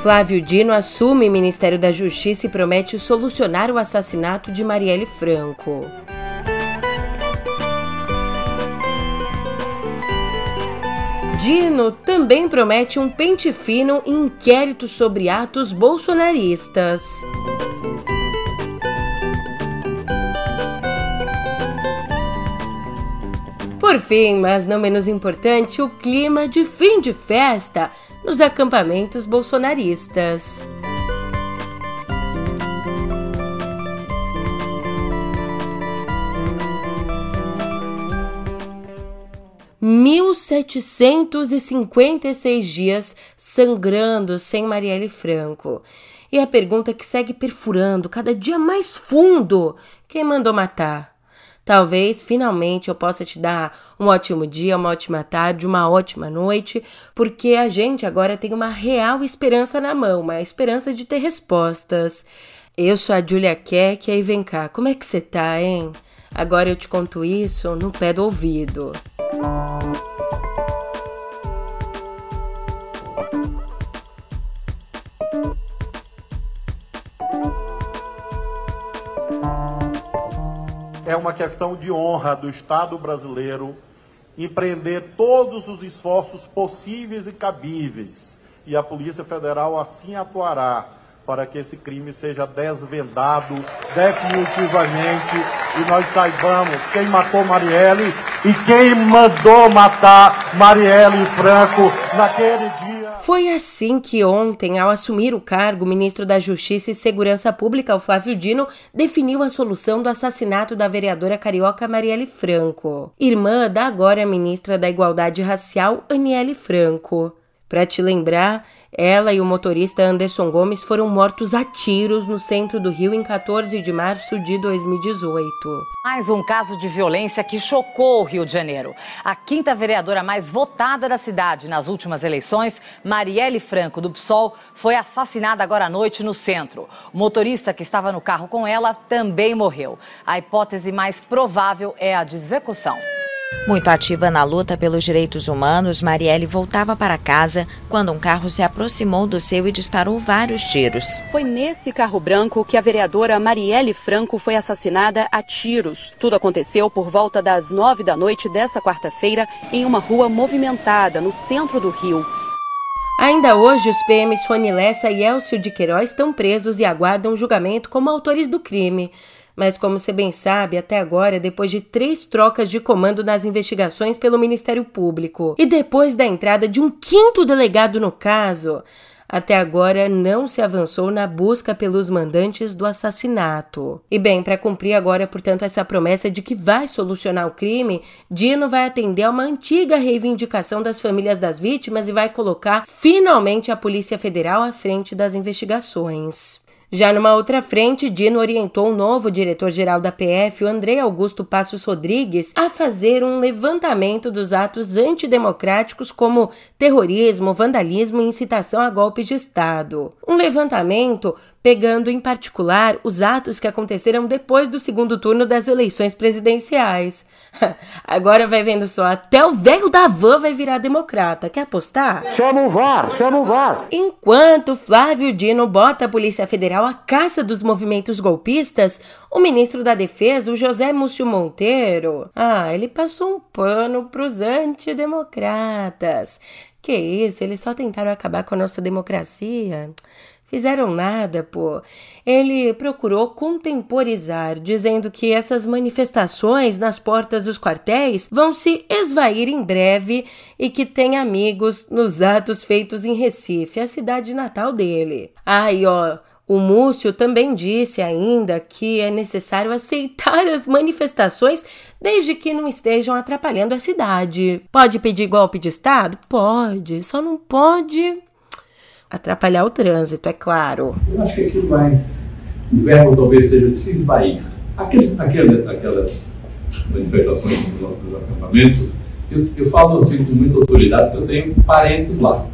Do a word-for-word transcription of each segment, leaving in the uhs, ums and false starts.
Flávio Dino assume o Ministério da Justiça e promete solucionar o assassinato de Marielle Franco. Dino também promete um pente fino em inquérito sobre atos bolsonaristas. Por fim, mas não menos importante, o clima de fim de festa nos acampamentos bolsonaristas. mil setecentos e cinquenta e seis dias sangrando sem Marielle Franco. E a pergunta que segue perfurando cada dia mais fundo: quem mandou matar? Talvez, finalmente, eu possa te dar um ótimo dia, uma ótima tarde, uma ótima noite, porque a gente agora tem uma real esperança na mão, uma esperança de ter respostas. Eu sou a Julia Keck, e aí vem cá, como é que você tá, hein? Agora eu te conto isso no pé do ouvido. É uma questão de honra do Estado brasileiro empreender todos os esforços possíveis e cabíveis, e a Polícia Federal assim atuará para que esse crime seja desvendado definitivamente e nós saibamos quem matou Marielle e quem mandou matar Marielle Franco naquele dia. Foi assim que ontem, ao assumir o cargo, o ministro da Justiça e Segurança Pública, o Flávio Dino, definiu a solução do assassinato da vereadora carioca Marielle Franco, irmã da agora ministra da Igualdade Racial, Aniele Franco. Para te lembrar, ela e o motorista Anderson Gomes foram mortos a tiros no centro do Rio em quatorze de março de dois mil e dezoito. Mais um caso de violência que chocou o Rio de Janeiro. A quinta vereadora mais votada da cidade nas últimas eleições, Marielle Franco, do P SOL, foi assassinada agora à noite no centro. O motorista que estava no carro com ela também morreu. A hipótese mais provável é a de execução. Muito ativa na luta pelos direitos humanos, Marielle voltava para casa quando um carro se aproximou do seu e disparou vários tiros. Foi nesse carro branco que a vereadora Marielle Franco foi assassinada a tiros. Tudo aconteceu por volta das nove da noite dessa quarta-feira em uma rua movimentada no centro do Rio. Ainda hoje, os P Ms Rony Lessa e Elcio de Queiroz estão presos e aguardam julgamento como autores do crime. Mas, como você bem sabe, até agora, depois de três trocas de comando nas investigações pelo Ministério Público e depois da entrada de um quinto delegado no caso, até agora não se avançou na busca pelos mandantes do assassinato. E bem, para cumprir agora, portanto, essa promessa de que vai solucionar o crime, Dino vai atender a uma antiga reivindicação das famílias das vítimas e vai colocar finalmente a Polícia Federal à frente das investigações. Já numa outra frente, Dino orientou o novo diretor-geral da P F, o André Augusto Passos Rodrigues, a fazer um levantamento dos atos antidemocráticos como terrorismo, vandalismo e incitação a golpes de Estado. Um levantamento pegando em particular os atos que aconteceram depois do segundo turno das eleições presidenciais. Agora vai vendo só, até o velho da van vai virar democrata. Quer apostar? Chama o V A R, chama o V A R. Enquanto Flávio Dino bota a Polícia Federal à caça dos movimentos golpistas, o ministro da Defesa, o José Múcio Monteiro, ah, ele passou um pano pros antidemocratas. Que isso, eles só tentaram acabar com a nossa democracia. Fizeram nada, pô. Ele procurou contemporizar, dizendo que essas manifestações nas portas dos quartéis vão se esvair em breve e que tem amigos nos atos feitos em Recife, a cidade natal dele. Aí, ó, o Múcio também disse ainda que é necessário aceitar as manifestações desde que não estejam atrapalhando a cidade. Pode pedir golpe de Estado? Pode, só não pode atrapalhar o trânsito, é claro. Eu acho que aquilo mais, o verbo talvez seja se esvair. Aqueles, aquelas, aquelas manifestações dos acampamentos, eu, eu falo assim com muita autoridade, porque eu tenho parentes lá.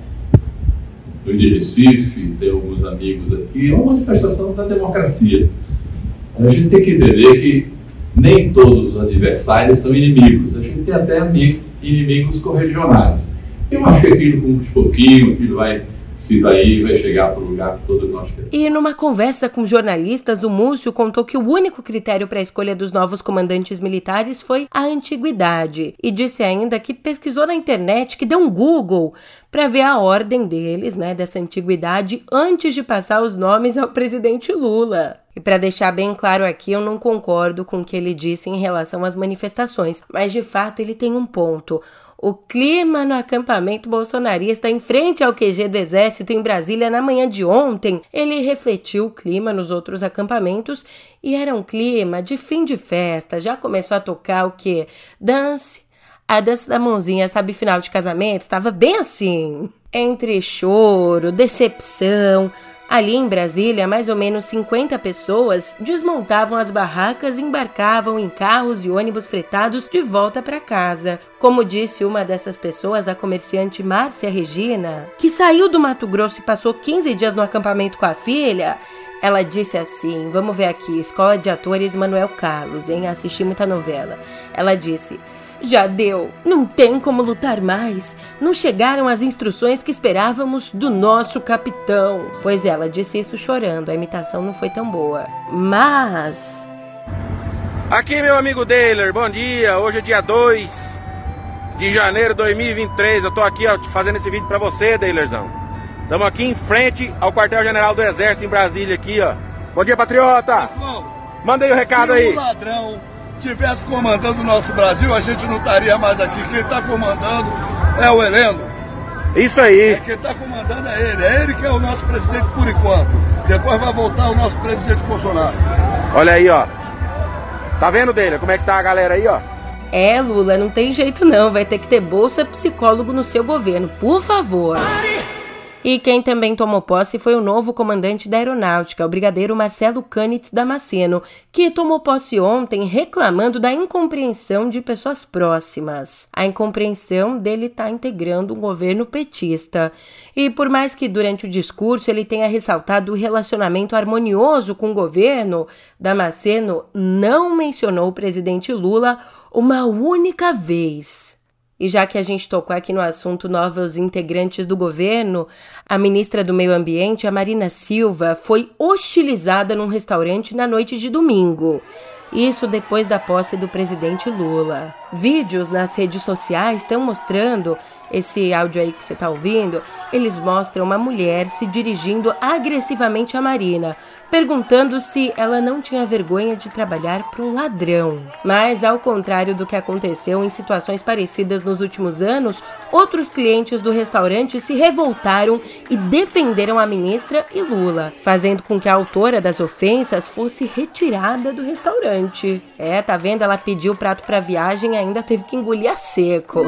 Eu de Recife, tenho alguns amigos aqui, é uma manifestação da democracia. A gente tem que entender que nem todos os adversários são inimigos, a gente tem até inimigos correligionários. Eu acho que aquilo, com um pouquinho, aquilo vai se esvair e vai chegar para o lugar que todos nós queremos. E numa conversa com jornalistas, o Múcio contou que o único critério para a escolha dos novos comandantes militares foi a antiguidade. E disse ainda que pesquisou na internet, que deu um Google para ver a ordem deles, né, dessa antiguidade, antes de passar os nomes ao presidente Lula. E para deixar bem claro aqui, eu não concordo com o que ele disse em relação às manifestações, mas de fato ele tem um ponto. O clima no acampamento bolsonarista em frente ao Q G do Exército em Brasília na manhã de ontem, ele refletiu o clima nos outros acampamentos e era um clima de fim de festa. Já começou a tocar o quê? Dance, a dança da mãozinha, sabe, final de casamento? Estava bem assim, entre choro, decepção. Ali em Brasília, mais ou menos cinquenta pessoas desmontavam as barracas e embarcavam em carros e ônibus fretados de volta para casa. Como disse uma dessas pessoas, a comerciante Márcia Regina, que saiu do Mato Grosso e passou quinze dias no acampamento com a filha, ela disse assim, vamos ver aqui, Escola de Atores Manuel Carlos, hein? Assisti muita novela. Ela disse... Já deu, não tem como lutar mais. Não chegaram as instruções que esperávamos do nosso capitão. Pois ela disse isso chorando, a imitação não foi tão boa. Mas... Aqui meu amigo Deiler, bom dia. Hoje é dia dois de janeiro de dois mil e vinte e três. Eu tô aqui ó, fazendo esse vídeo pra você, Deilerzão. Estamos aqui em frente ao quartel-general do Exército em Brasília aqui, ó. Bom dia, patriota. Pessoal, manda aí o recado aí. Se um ladrão tivesse comandando o nosso Brasil, a gente não estaria mais aqui. Quem está comandando é o Heleno. Isso aí. É, quem está comandando é ele. É ele que é o nosso presidente por enquanto. Depois vai voltar o nosso presidente Bolsonaro. Olha aí, ó. Tá vendo dele? Como é que tá a galera aí, ó? É, Lula, não tem jeito não. Vai ter que ter bolsa psicólogo no seu governo, por favor. E quem também tomou posse foi o novo comandante da Aeronáutica, o brigadeiro Marcelo Cânitz Damasceno, que tomou posse ontem reclamando da incompreensão de pessoas próximas. A incompreensão dele estar integrando um governo petista. E por mais que durante o discurso ele tenha ressaltado o relacionamento harmonioso com o governo, Damasceno não mencionou o presidente Lula uma única vez. E já que a gente tocou aqui no assunto novos integrantes do governo, a ministra do Meio Ambiente, a Marina Silva, foi hostilizada num restaurante na noite de domingo. Isso depois da posse do presidente Lula. Vídeos nas redes sociais estão mostrando, esse áudio aí que você está ouvindo, eles mostram uma mulher se dirigindo agressivamente a Marina, perguntando se ela não tinha vergonha de trabalhar para um ladrão. Mas, ao contrário do que aconteceu em situações parecidas nos últimos anos, outros clientes do restaurante se revoltaram e defenderam a ministra e Lula, fazendo com que a autora das ofensas fosse retirada do restaurante. É, tá vendo? Ela pediu o prato para viagem e ainda teve que engolir a seco.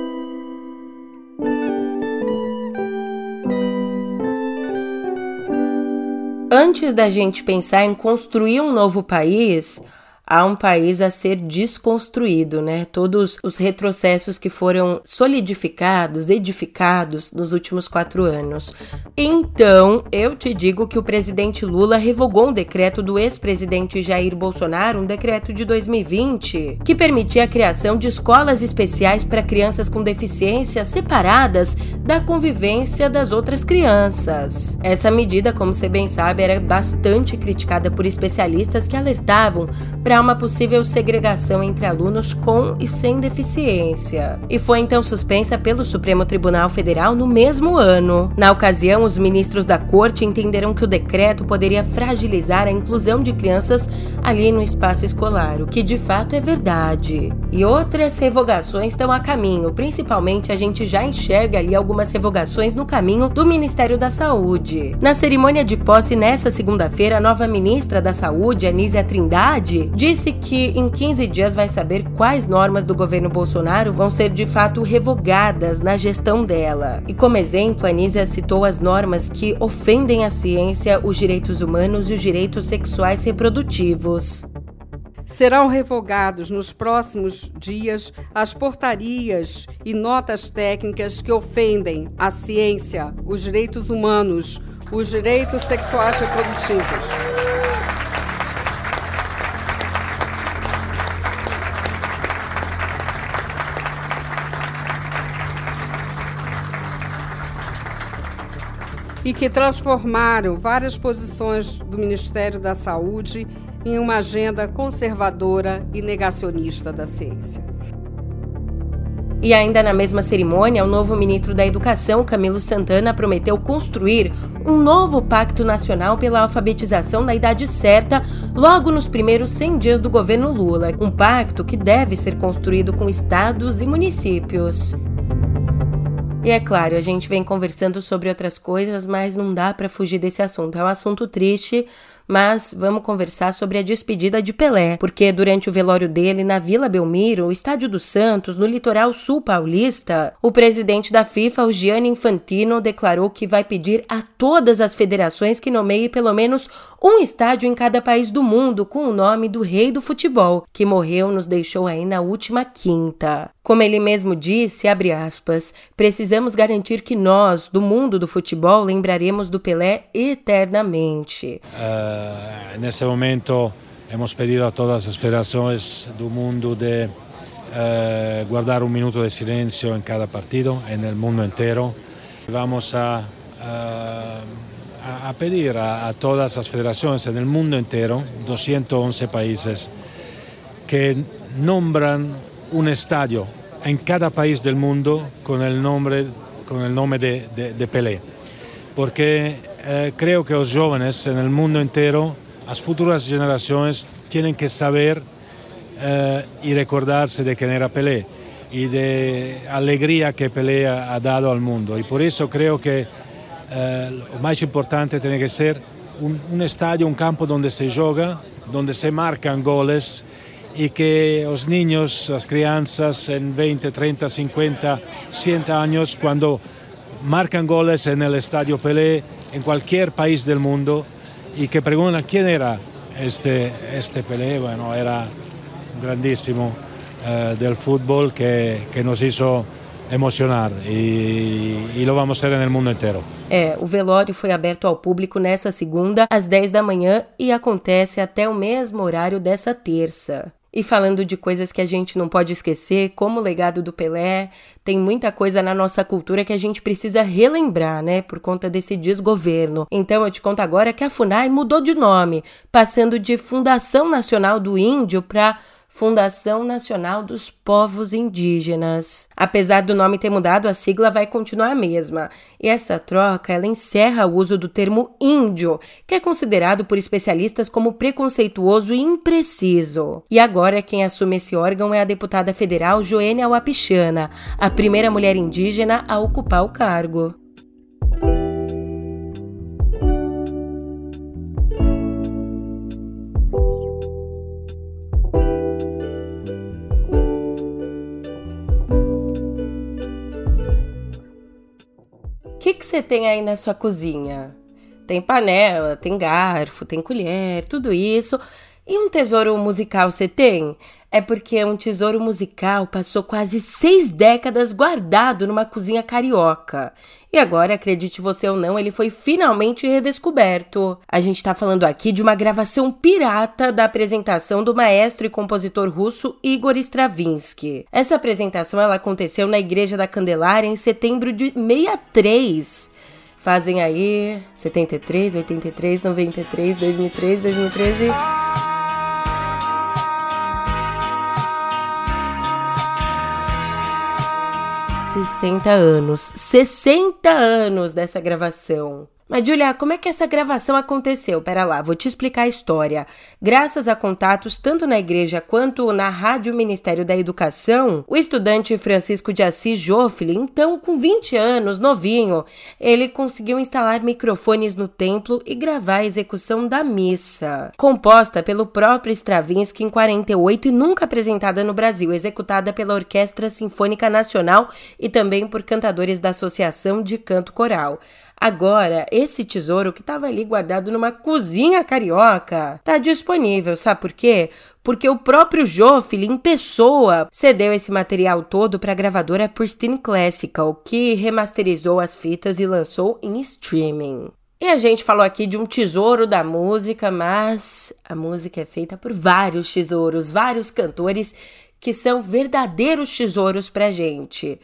Antes da gente pensar em construir um novo país, há um país a ser desconstruído, né? Todos os retrocessos que foram solidificados, edificados nos últimos quatro anos. Então, eu te digo que o presidente Lula revogou um decreto do ex-presidente Jair Bolsonaro, um decreto de dois mil e vinte, que permitia a criação de escolas especiais para crianças com deficiência separadas da convivência das outras crianças. Essa medida, como você bem sabe, era bastante criticada por especialistas que alertavam para uma possível segregação entre alunos com e sem deficiência. E foi então suspensa pelo Supremo Tribunal Federal no mesmo ano. Na ocasião, os ministros da corte entenderam que o decreto poderia fragilizar a inclusão de crianças ali no espaço escolar, o que de fato é verdade. E outras revogações estão a caminho, principalmente a gente já enxerga ali algumas revogações no caminho do Ministério da Saúde. Na cerimônia de posse nessa segunda-feira, a nova ministra da Saúde, Anísia Trindade, disse que em quinze dias vai saber quais normas do governo Bolsonaro vão ser de fato revogadas na gestão dela. E como exemplo, a Anísia citou as normas que ofendem a ciência, os direitos humanos e os direitos sexuais reprodutivos. Serão revogados nos próximos dias as portarias e notas técnicas que ofendem a ciência, os direitos humanos, os direitos sexuais reprodutivos. e que transformaram várias posições do Ministério da Saúde em uma agenda conservadora e negacionista da ciência. E ainda na mesma cerimônia, o novo ministro da Educação, Camilo Santana, prometeu construir um novo pacto nacional pela alfabetização na idade certa, logo nos primeiros cem dias do governo Lula. Um pacto que deve ser construído com estados e municípios. E é claro, a gente vem conversando sobre outras coisas, mas não dá para fugir desse assunto. É um assunto triste, mas vamos conversar sobre a despedida de Pelé, porque durante o velório dele na Vila Belmiro, o Estádio dos Santos, no litoral sul paulista, o presidente da FIFA, o Gianni Infantino, declarou que vai pedir a todas as federações que nomeiem pelo menos um estádio em cada país do mundo com o nome do rei do futebol, que morreu e nos deixou aí na última quinta. Como ele mesmo disse, abre aspas, precisamos garantir que nós, do mundo do futebol, lembraremos do Pelé eternamente. Uh, nesse momento, hemos pedido a todas as federações do mundo de uh, guardar um minuto de silêncio em cada partido, no mundo inteiro. Vamos a, a, a pedir a, a todas as federações no mundo inteiro, doscientos once países, que nombran un estadio en cada país del mundo con el nombre, con el nombre de, de, de Pelé. Porque eh, creo que los jóvenes en el mundo entero, las futuras generaciones, tienen que saber eh, y recordarse de quién era Pelé y de alegría que Pelé ha, ha dado al mundo. Y por eso creo que eh, lo más importante tiene que ser un, un estadio, un campo donde se juega, donde se marcan goles, y que los niños, las crianzas en veinte, treinta, cincuenta, cien años, cuando marcan goles en el Estadio Pelé, en cualquier país del mundo, y que preguntan quién era este, este Pelé. Bueno, era un grandísimo uh, del fútbol que, que nos hizo emocionar, e, e lo vamos a hacer en el mundo inteiro. É, o velório foi aberto ao público nessa segunda, às dez da manhã, e acontece até o mesmo horário dessa terça. E falando de coisas que a gente não pode esquecer, como o legado do Pelé, tem muita coisa na nossa cultura que a gente precisa relembrar, né, por conta desse desgoverno. Então eu te conto agora que a FUNAI mudou de nome, passando de Fundação Nacional do Índio para Fundação Nacional dos Povos Indígenas. Apesar do nome ter mudado, a sigla vai continuar a mesma. E essa troca, ela encerra o uso do termo índio, que é considerado por especialistas como preconceituoso e impreciso. E agora quem assume esse órgão é a deputada federal Joênia Wapichana, a primeira mulher indígena a ocupar o cargo. O que que você tem aí na sua cozinha? Tem panela, tem garfo, tem colher, tudo isso. E um tesouro musical você tem? É porque um tesouro musical passou quase seis décadas guardado numa cozinha carioca. E agora, acredite você ou não, ele foi finalmente redescoberto. A gente tá falando aqui de uma gravação pirata da apresentação do maestro e compositor russo Igor Stravinsky. Essa apresentação ela aconteceu na Igreja da Candelária em setembro de sessenta e três. Fazem aí setenta e três, oitenta e três, noventa e três, dois mil e três, dois mil e treze... sessenta anos. sessenta anos dessa gravação. Mas, Julia, como é que essa gravação aconteceu? Pera lá, vou te explicar a história. Graças a contatos tanto na igreja quanto na Rádio Ministério da Educação, o estudante Francisco de Assis Joffre, então com vinte anos, novinho, ele conseguiu instalar microfones no templo e gravar a execução da missa. Composta pelo próprio Stravinsky em quarenta e oito e nunca apresentada no Brasil, executada pela Orquestra Sinfônica Nacional e também por cantadores da Associação de Canto Coral. Agora, esse tesouro que estava ali guardado numa cozinha carioca está disponível, sabe por quê? Porque o próprio Joffre, em pessoa, cedeu esse material todo para a gravadora Pristine Classical, que remasterizou as fitas e lançou em streaming. E a gente falou aqui de um tesouro da música, mas a música é feita por vários tesouros, vários cantores que são verdadeiros tesouros pra gente.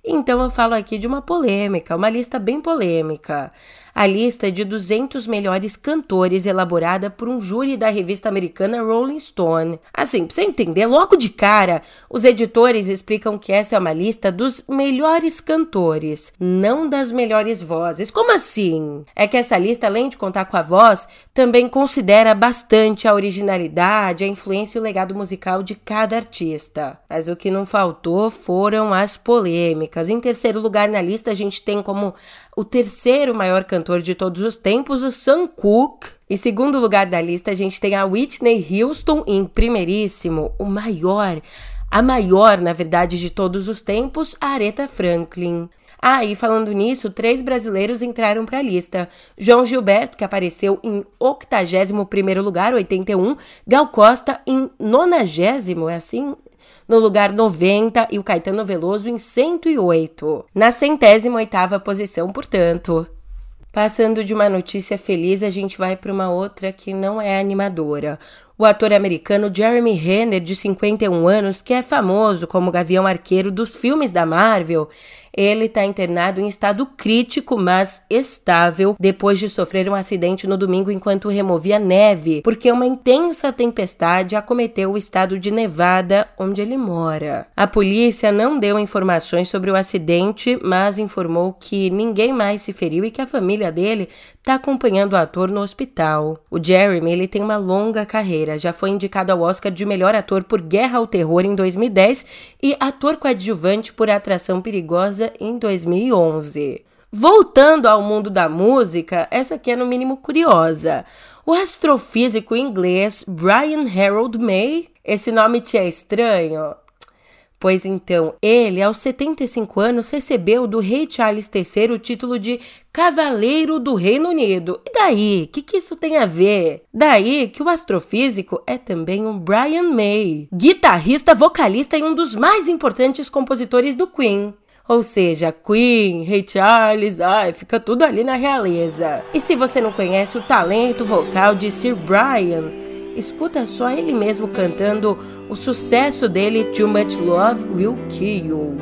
Então eu falo aqui de uma polêmica, uma lista bem polêmica. A lista de duzentos melhores cantores elaborada por um júri da revista americana Rolling Stone. Assim, pra você entender, logo de cara, os editores explicam que essa é uma lista dos melhores cantores, não das melhores vozes. Como assim? É que essa lista, além de contar com a voz, também considera bastante a originalidade, a influência e o legado musical de cada artista. Mas o que não faltou foram as polêmicas. Em terceiro lugar na lista, a gente tem como o terceiro maior cantor de todos os tempos, o Sam Cooke. Em segundo lugar da lista, a gente tem a Whitney Houston. E em primeiríssimo, o maior, a maior, na verdade, de todos os tempos, a Aretha Franklin. Ah, e falando nisso, três brasileiros entraram para a lista. João Gilberto, que apareceu em octagésimo primeiro lugar, oitenta e um. Gal Costa em nonagésimo, é assim? No lugar noventa, e o Caetano Veloso em cento e oito. Na centésima oitava posição, portanto. Passando de uma notícia feliz, a gente vai para uma outra que não é animadora. O ator americano Jeremy Renner, de cinquenta e um anos, que é famoso como Gavião Arqueiro dos filmes da Marvel, ele está internado em estado crítico, mas estável, depois de sofrer um acidente no domingo enquanto removia neve, porque uma intensa tempestade acometeu o estado de Nevada, onde ele mora. A polícia não deu informações sobre o acidente, mas informou que ninguém mais se feriu e que a família dele está acompanhando o ator no hospital. O Jeremy, ele tem uma longa carreira, já foi indicado ao Oscar de melhor ator por Guerra ao Terror em dois mil e dez e ator coadjuvante por Atração Perigosa em dois mil e onze. Voltando ao mundo da música, essa aqui é no mínimo curiosa. O astrofísico inglês Brian Harold May, esse nome te é estranho? Pois então, ele, aos setenta e cinco anos, recebeu do rei Charles terceiro o título de Cavaleiro do Reino Unido. E daí? O que, que isso tem a ver? Daí que o astrofísico é também um Brian May, guitarrista, vocalista e um dos mais importantes compositores do Queen. Ou seja, Queen, Rei Charles, ai, fica tudo ali na realeza. E se você não conhece o talento vocal de Sir Brian, escuta só ele mesmo cantando o sucesso dele, Too Much Love Will Kill You.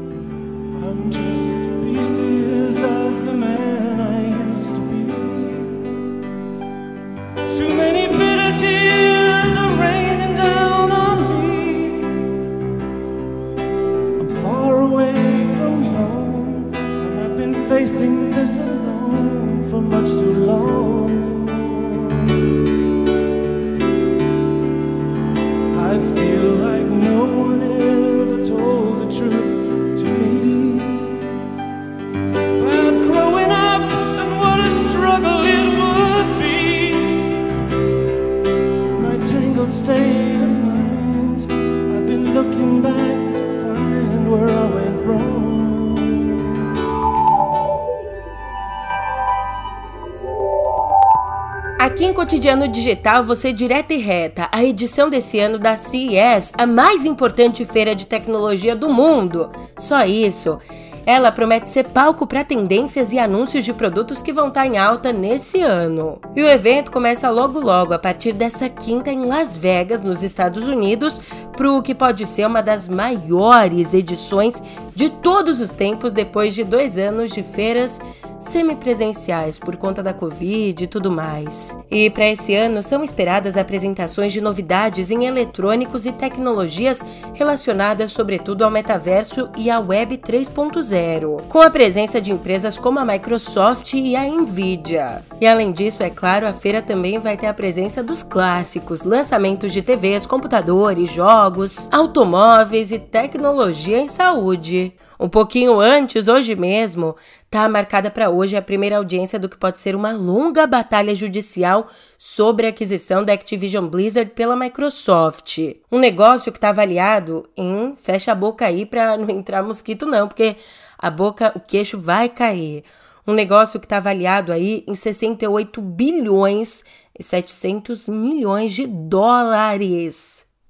I'm just pieces of the man I used to be. Too many bitter tears are raining down on me. I'm far away from home, and I've been facing this alone for much too long. I feel like no one ever told the truth to me about growing up and what a struggle it would be. My tangled state of mind, I've been looking back to find where I went wrong. Aqui em Cotidiano Digital, você direta e reta, a edição desse ano da C E S, a mais importante feira de tecnologia do mundo. Só isso. Ela promete ser palco para tendências e anúncios de produtos que vão estar em alta nesse ano. E o evento começa logo logo, a partir dessa quinta em Las Vegas, nos Estados Unidos, para o que pode ser uma das maiores edições de todos os tempos, depois de dois anos de feiras semipresenciais por conta da Covid e tudo mais. E para esse ano são esperadas apresentações de novidades em eletrônicos e tecnologias relacionadas sobretudo ao metaverso e à Web três ponto zero, com a presença de empresas como a Microsoft e a Nvidia. E além disso, é claro, a feira também vai ter a presença dos clássicos, lançamentos de T Vs, computadores, jogos, automóveis e tecnologia em saúde. Um pouquinho antes, hoje mesmo, está marcada para hoje a primeira audiência do que pode ser uma longa batalha judicial sobre a aquisição da Activision Blizzard pela Microsoft. Um negócio que está avaliado em... Fecha a boca aí para não entrar mosquito não, porque a boca, o queixo vai cair. Um negócio que está avaliado aí em sessenta e oito bilhões e setecentos milhões de dólares.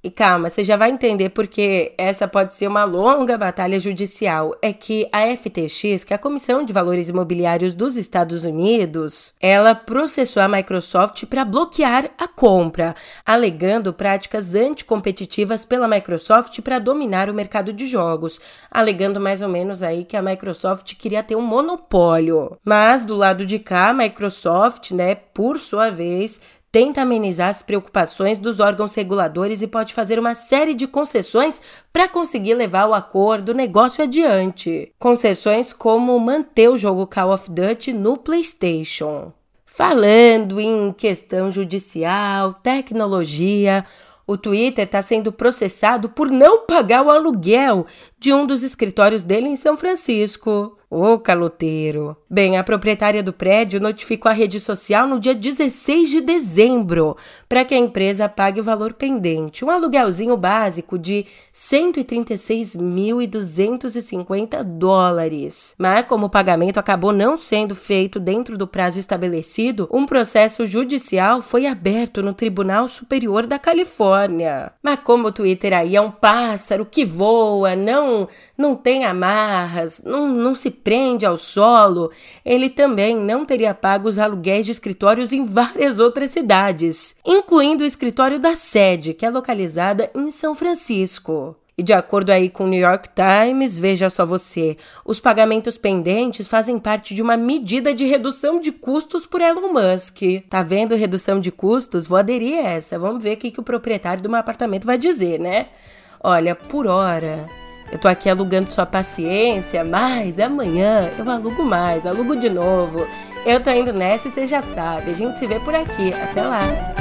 E calma, você já vai entender porque essa pode ser uma longa batalha judicial. É que a F T X, que é a Comissão de Valores Imobiliários dos Estados Unidos, ela processou a Microsoft para bloquear a compra, alegando práticas anticompetitivas pela Microsoft para dominar o mercado de jogos, alegando mais ou menos aí que a Microsoft queria ter um monopólio. Mas do lado de cá, a Microsoft, né, por sua vez, tenta amenizar as preocupações dos órgãos reguladores e pode fazer uma série de concessões para conseguir levar o acordo, o negócio adiante. Concessões como manter o jogo Call of Duty no PlayStation. Falando em questão judicial, tecnologia, o Twitter está sendo processado por não pagar o aluguel de um dos escritórios dele em São Francisco. Ô caloteiro. Bem, a proprietária do prédio notificou a rede social no dia dezesseis de dezembro para que a empresa pague o valor pendente, um aluguelzinho básico de cento e trinta e seis mil duzentos e cinquenta dólares. Mas como o pagamento acabou não sendo feito dentro do prazo estabelecido, um processo judicial foi aberto no Tribunal Superior da Califórnia. Mas como o Twitter aí é um pássaro que voa, não, não tem amarras, não, não se prende ao solo, ele também não teria pago os aluguéis de escritórios em várias outras cidades, incluindo o escritório da sede, que é localizada em São Francisco. E de acordo aí com o New York Times, veja só você, os pagamentos pendentes fazem parte de uma medida de redução de custos por Elon Musk. Tá vendo redução de custos? Vou aderir a essa, vamos ver o que, que o proprietário do meu apartamento vai dizer, né? Olha, por hora... eu tô aqui alugando sua paciência, mas amanhã eu alugo mais, alugo de novo. Eu tô indo nessa e você já sabe. A gente se vê por aqui. Até lá!